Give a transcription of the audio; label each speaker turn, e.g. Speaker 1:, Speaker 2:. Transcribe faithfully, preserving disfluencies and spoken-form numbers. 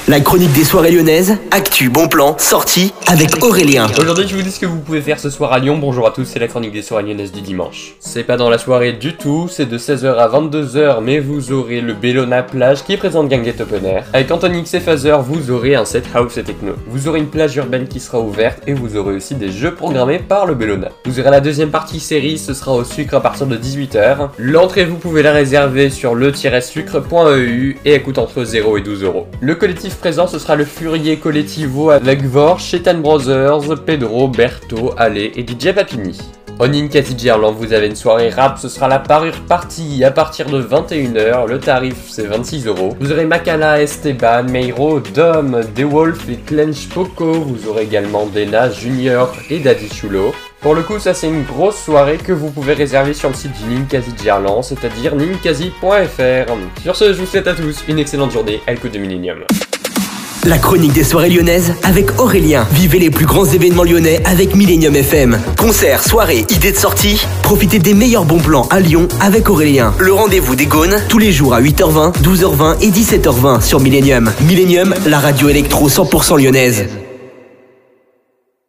Speaker 1: La chronique des soirées lyonnaises, actu, bon plan, sortie avec Aurélien.
Speaker 2: Aujourd'hui je vous dis ce que vous pouvez faire ce soir à Lyon. Bonjour à tous, c'est la chronique des soirées lyonnaises du dimanche. C'est pas dans la soirée du tout, c'est de seize heures à vingt-deux heures, mais vous aurez le Bellona Plage qui présente Ganguette Open Air. Avec Anthony X et Phaser, vous aurez un set house et techno. Vous aurez une plage urbaine qui sera ouverte et vous aurez aussi des jeux programmés par le Bellona. Vous aurez la deuxième partie série, ce sera au sucre à partir de dix-huit heures. L'entrée vous pouvez la réserver sur le tiret sucre point e u et elle coûte entre zéro et douze euros. Le collectif présent ce sera le Furier Collettivo avec Vor, Shetan Brothers, Pedro, Berto, Ale et D J Papini. Au Ninkasi Gerland, vous avez une soirée rap, ce sera la parure party à partir de vingt et une heures, le tarif c'est vingt-six euros. Vous aurez Makala, Esteban, Meiro, Dom, The Wolf et Clench Poco, vous aurez également Dena, Junior et Daddy Chulo. Pour le coup, ça c'est une grosse soirée que vous pouvez réserver sur le site du Ninkasi Gerland, c'est-à-dire ninkasi point f r. Sur ce, je vous souhaite à tous une excellente journée à l'écoute de Millennium.
Speaker 1: La chronique des soirées lyonnaises avec Aurélien. Vivez les plus grands événements lyonnais avec Millennium F M. Concerts, soirées, idées de sortie. Profitez des meilleurs bons plans à Lyon avec Aurélien. Le rendez-vous des Gaunes, tous les jours à huit heures vingt, douze heures vingt et dix-sept heures vingt sur Millennium. Millennium, la radio électro cent pour cent lyonnaise.